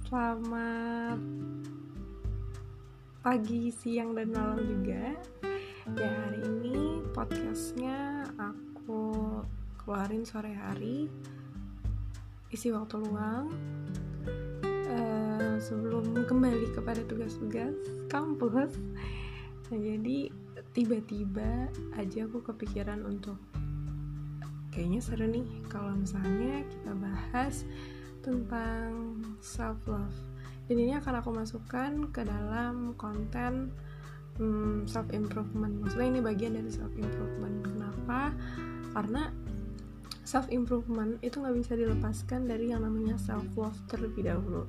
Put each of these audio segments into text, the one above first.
Selamat pagi, siang, dan malam juga. Ya, hari ini podcastnya aku keluarin sore hari, isi waktu luang sebelum kembali kepada tugas-tugas kampus. Nah, jadi tiba-tiba aja aku kepikiran untuk kayaknya seru nih kalau misalnya kita bahas tentang self-love. Dan ini akan aku masukkan ke dalam konten self-improvement. Maksudnya ini bagian dari self-improvement. Kenapa? Karena self-improvement itu gak bisa dilepaskan dari yang namanya self-love terlebih dahulu.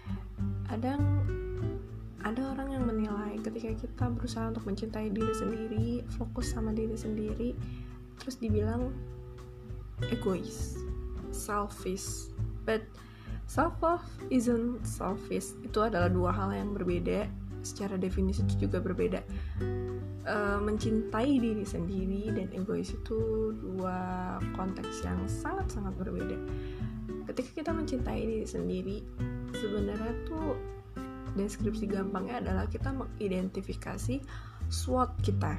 Ada orang yang menilai ketika kita berusaha untuk mencintai diri sendiri, fokus sama diri sendiri, terus dibilang egois, selfish. But self-love isn't selfish. Itu adalah dua hal yang berbeda. Secara definisi itu juga berbeda. Mencintai diri sendiri dan egois itu dua konteks yang sangat-sangat berbeda. Ketika kita mencintai diri sendiri, sebenarnya tuh deskripsi gampangnya adalah kita mengidentifikasi SWOT kita,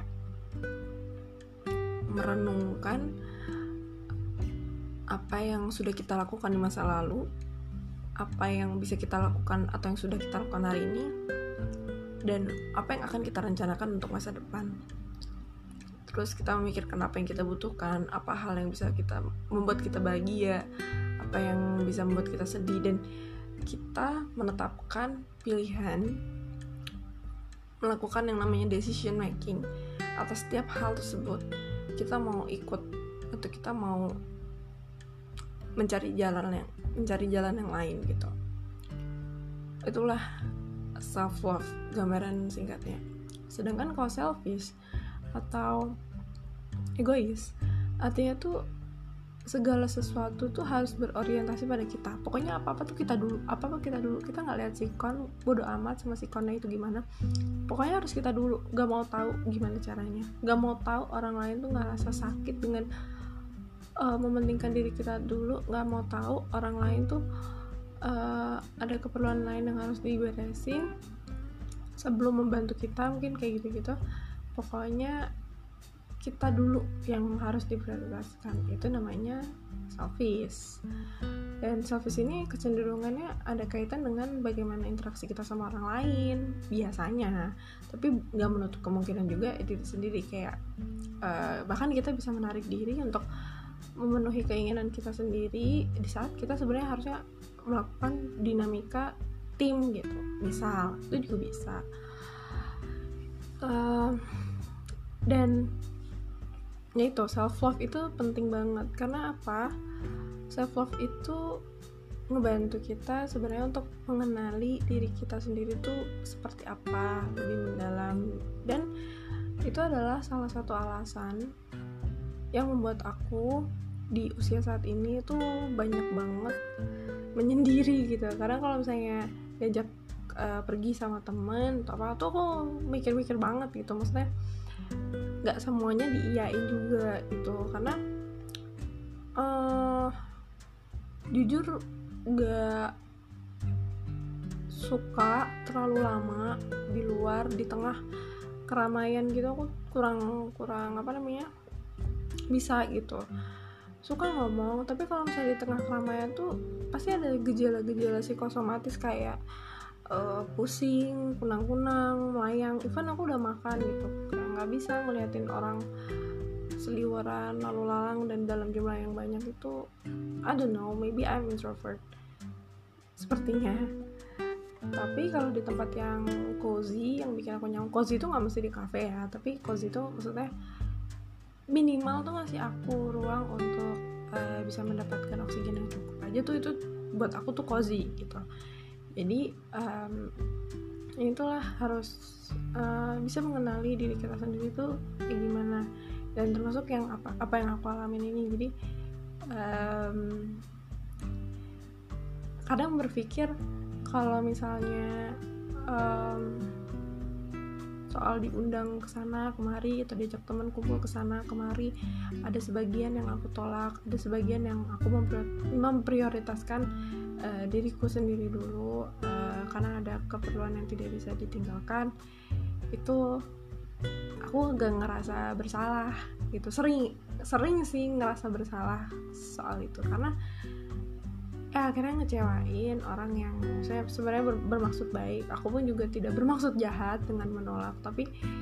merenungkan apa yang sudah kita lakukan di masa lalu, apa yang bisa kita lakukan atau yang sudah kita lakukan hari ini, dan apa yang akan kita rencanakan untuk masa depan. Terus kita memikirkan apa yang kita butuhkan, apa hal yang bisa kita membuat kita bahagia, apa yang bisa membuat kita sedih, dan kita menetapkan pilihan, melakukan yang namanya decision making atas setiap hal tersebut. Kita mau ikut atau kita mau mencari jalan yang lain gitu. Itulah self love, gambaran singkatnya. Sedangkan kalau selfish atau egois, artinya tuh segala sesuatu tuh harus berorientasi pada kita. Pokoknya apa kita dulu. Kita nggak lihat sikon, bodo amat sama sikonnya itu gimana. Pokoknya harus kita dulu. Gak mau tahu gimana caranya. Gak mau tahu orang lain tuh nggak rasa sakit dengan mementingkan diri kita dulu. Gak mau tahu orang lain tuh ada keperluan lain yang harus diberesin sebelum membantu kita, mungkin kayak gitu-gitu. Pokoknya kita dulu yang harus diprioritaskan. Itu namanya selfish. Dan selfish ini kecenderungannya ada kaitan dengan bagaimana interaksi kita sama orang lain biasanya, tapi gak menutup kemungkinan juga diri sendiri. Kayak bahkan kita bisa menarik diri untuk memenuhi keinginan kita sendiri di saat kita sebenarnya harusnya melakukan dinamika tim gitu. Misal, itu juga bisa. Dan ya itu, self love itu penting banget. Karena apa? Self love itu ngebantu kita sebenarnya untuk mengenali diri kita sendiri tuh seperti apa lebih mendalam. Dan itu adalah salah satu alasan yang membuat aku di usia saat ini tuh banyak banget menyendiri gitu. Karena kalau misalnya diajak pergi sama temen atau apa tuh aku mikir-mikir banget gitu. Maksudnya gak semuanya diiyain juga gitu. Karena jujur gak suka terlalu lama di luar, di tengah keramaian gitu. Aku kurang bisa gitu. Suka ngomong, tapi kalau misalnya di tengah keramaian tuh pasti ada gejala-gejala psikosomatis kayak pusing, kunang-kunang, melayang. Even aku udah makan gitu, kayak nggak bisa ngeliatin orang seliweran lalu lalang dan dalam jumlah yang banyak itu. I don't know, maybe I'm introvert sepertinya. Tapi kalau di tempat yang cozy, yang bikin aku nyaman, cozy itu nggak mesti di cafe ya, tapi cozy itu maksudnya minimal tuh ngasih aku ruang untuk bisa mendapatkan oksigen yang cukup aja tuh. Itu buat aku tuh cozy gitu. Jadi itulah harus bisa mengenali diri kita sendiri tuh kayak gimana, dan termasuk yang apa yang aku alamin ini. Jadi kadang berpikir kalau misalnya soal diundang ke sana kemari atau diajak teman kumpul ke sana kemari. Ada sebagian yang aku tolak, ada sebagian yang aku memprioritaskan diriku sendiri dulu, karena ada keperluan yang tidak bisa ditinggalkan. Itu aku gak ngerasa bersalah gitu. Sering sih ngerasa bersalah soal itu, karena akhirnya ngecewain orang yang saya sebenarnya bermaksud baik. Aku pun juga tidak bermaksud jahat dengan menolak, tapi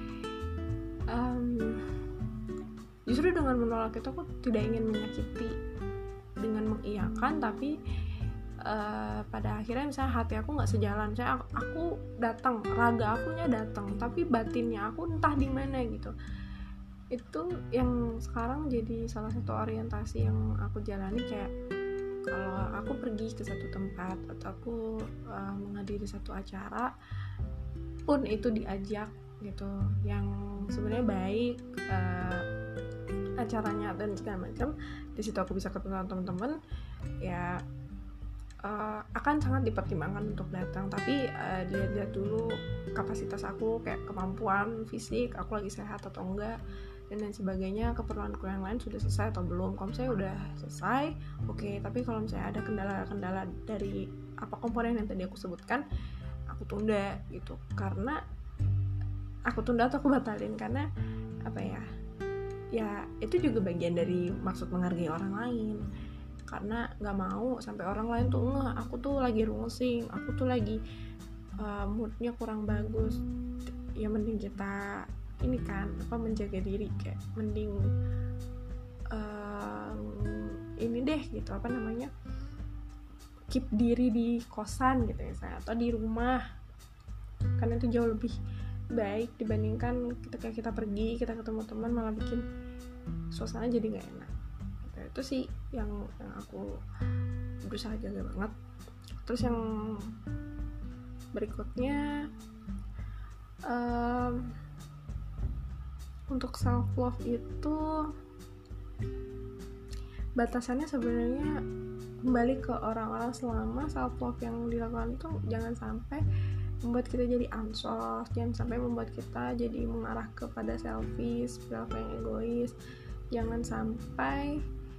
justru dengan menolak itu aku tidak ingin menyakiti dengan mengiyakan, tapi pada akhirnya misalnya hati aku nggak sejalan, aku datang, raga akunya datang, tapi batinnya aku entah di mana gitu. Itu yang sekarang jadi salah satu orientasi yang aku jalani. Kayak kalau aku pergi ke satu tempat atau aku menghadiri satu acara pun itu diajak gitu, yang sebenarnya baik acaranya dan segala macam, di situ aku bisa ketemu teman-teman, ya akan sangat dipertimbangkan untuk datang. Tapi dilihat dulu kapasitas aku, kayak kemampuan fisik aku lagi sehat atau enggak, dan lain sebagainya. Keperluanku yang lain sudah selesai atau belum. Kalau misalnya udah selesai, oke. Tapi kalau misalnya ada kendala-kendala dari apa komponen yang tadi aku sebutkan, aku tunda gitu. Karena aku tunda atau aku batalin karena apa ya itu juga bagian dari maksud menghargai orang lain. Karena nggak mau sampai orang lain tuh aku tuh lagi rungsing, aku tuh lagi moodnya kurang bagus. Ya mending kita ini kan menjaga diri, kayak mending ini deh gitu, keep diri di kosan gitu ya saya, atau di rumah, karena itu jauh lebih baik dibandingkan ketika kita pergi, kita ketemu teman malah bikin suasana jadi nggak enak. Itu sih yang aku berusaha jaga banget. Terus yang berikutnya, untuk self love itu batasannya sebenarnya kembali ke orang-orang. Selama self love yang dilakukan itu jangan sampai membuat kita jadi ansos, jangan sampai membuat kita jadi mengarah kepada selfish, perilaku yang egois, jangan sampai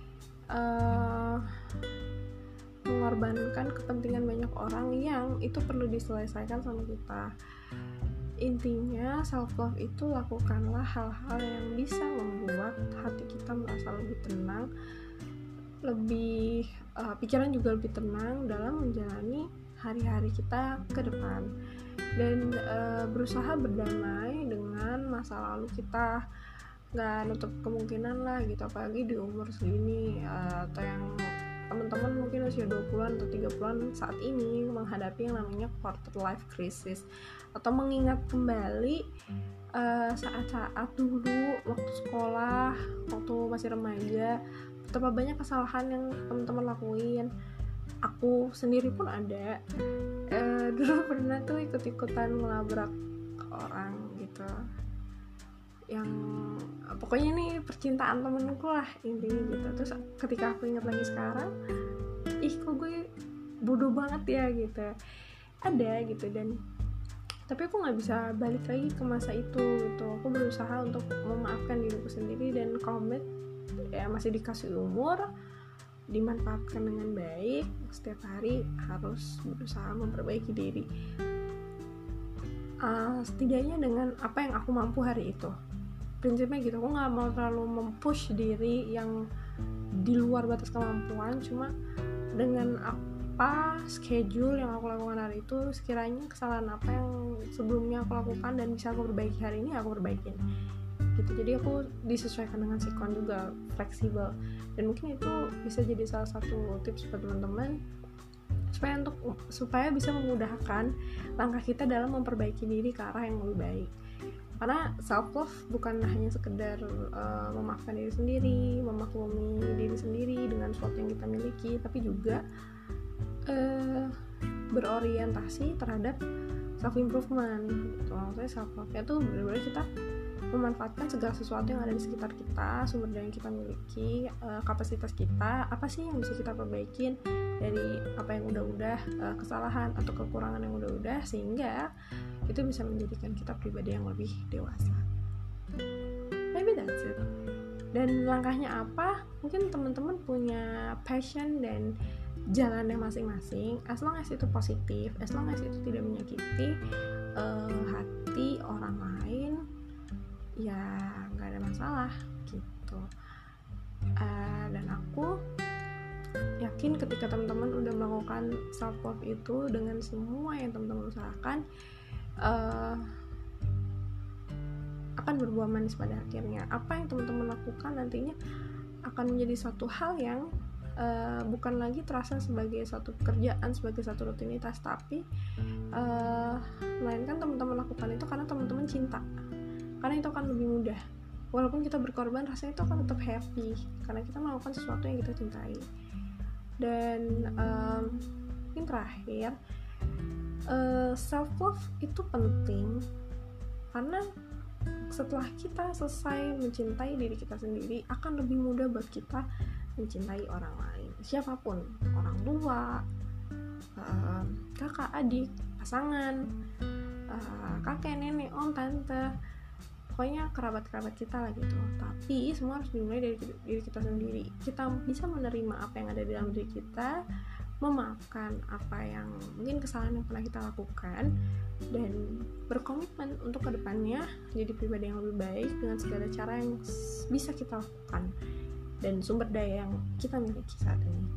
mengorbankan kepentingan banyak orang yang itu perlu diselesaikan sama kita. Intinya self love itu lakukanlah hal-hal yang bisa membuat hati kita merasa lebih tenang, lebih pikiran juga lebih tenang dalam menjalani hari-hari kita ke depan, dan berusaha berdamai dengan masa lalu kita. Nggak nutup kemungkinan lah gitu, apalagi di umur segini, atau yang teman-teman mungkin usia 20-an atau 30-an saat ini menghadapi yang namanya quarter life crisis, atau mengingat kembali saat-saat dulu waktu sekolah, waktu masih remaja, betapa banyak kesalahan yang teman-teman lakuin. Aku sendiri pun ada dulu pernah tuh ikut-ikutan ngelabrak orang gitu, yang pokoknya nih percintaan temenku lah intinya gitu. Terus ketika aku ingat lagi sekarang, kok gue bodoh banget ya gitu, ada gitu. Dan tapi aku nggak bisa balik lagi ke masa itu gitu. Aku berusaha untuk memaafkan diriku sendiri dan komit, ya masih dikasih umur, dimanfaatkan dengan baik. Setiap hari harus berusaha memperbaiki diri, setidaknya dengan apa yang aku mampu hari itu. Prinsipnya gitu, aku nggak mau terlalu mempush diri yang di luar batas kemampuan. Cuma dengan apa schedule yang aku lakukan hari itu, sekiranya kesalahan apa yang sebelumnya aku lakukan dan bisa aku perbaiki hari ini, aku perbaikin gitu. Jadi aku disesuaikan dengan sikon juga, fleksibel. Dan mungkin itu bisa jadi salah satu tips buat teman-teman supaya bisa memudahkan langkah kita dalam memperbaiki diri ke arah yang lebih baik. Karena self love bukan hanya sekedar memaafkan diri sendiri, memaklumi diri sendiri dengan sesuatu yang kita miliki, tapi juga berorientasi terhadap self improvement gitu. Maksudnya self love nya tuh benar-benar kita memanfaatkan segala sesuatu yang ada di sekitar kita, sumber daya yang kita miliki, kapasitas kita, apa sih yang bisa kita perbaikin dari apa yang udah-udah, kesalahan atau kekurangan yang udah-udah, sehingga itu bisa menjadikan kita pribadi yang lebih dewasa. Maybe that's it. Dan langkahnya apa? Mungkin teman-teman punya passion dan jalannya masing-masing, as long as itu positif, as long as itu tidak menyakiti hati orang lain, ya nggak ada masalah gitu. Dan aku yakin ketika teman-teman udah melakukan self love itu dengan semua yang teman-teman usahakan, akan berbuah manis pada akhirnya. Apa yang teman-teman lakukan nantinya akan menjadi suatu hal yang bukan lagi terasa sebagai satu pekerjaan, sebagai satu rutinitas, tapi melainkan teman-teman lakukan itu karena teman-teman cinta, karena itu akan lebih mudah. Walaupun kita berkorban, rasanya itu akan tetap happy karena kita melakukan sesuatu yang kita cintai. Dan yang terakhir, self love itu penting karena setelah kita selesai mencintai diri kita sendiri, akan lebih mudah buat kita mencintai orang lain, siapapun, orang tua, kakak, adik, pasangan, kakek, nenek, om, tante, pokoknya kerabat-kerabat kita lah gitu. Tapi semua harus dimulai dari diri kita sendiri. Kita bisa menerima apa yang ada di dalam diri kita, memaafkan apa yang mungkin kesalahan yang pernah kita lakukan, dan berkomitmen untuk kedepannya jadi pribadi yang lebih baik dengan segala cara yang bisa kita lakukan dan sumber daya yang kita miliki saat ini.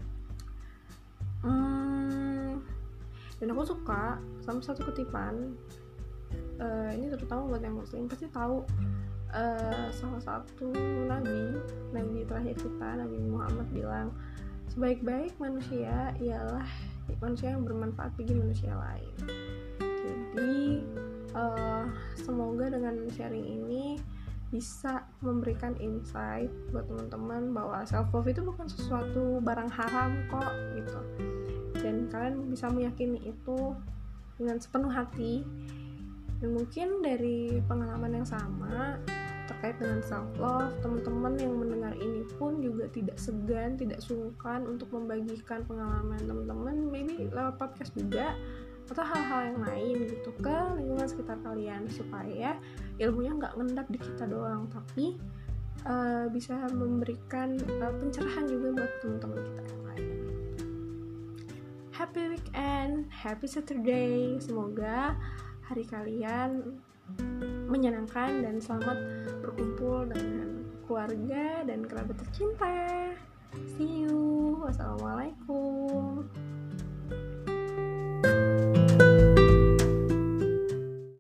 Dan aku suka sama satu kutipan, ini terutama buat yang muslim pasti tahu, salah satu nabi terakhir kita, Nabi Muhammad, bilang sebaik-baik manusia ialah manusia yang bermanfaat bagi manusia lain. Jadi semoga dengan sharing ini bisa memberikan insight buat teman-teman bahwa self love itu bukan sesuatu barang haram kok gitu, dan kalian bisa meyakini itu dengan sepenuh hati. Dan mungkin dari pengalaman yang sama terkait dengan self love, teman-teman yang mendengar ini pun juga tidak segan, tidak sungkan untuk membagikan pengalaman teman-teman, maybe lewat podcast juga atau hal-hal yang lain gitu ke lingkungan sekitar kalian, supaya ilmunya nggak ngendap di kita doang, tapi bisa memberikan pencerahan juga buat teman-teman kita yang lain. Happy weekend, happy Saturday, semoga hari kalian menyenangkan dan selamat berkumpul dengan keluarga dan kerabat tercinta. See you. Wassalamualaikum.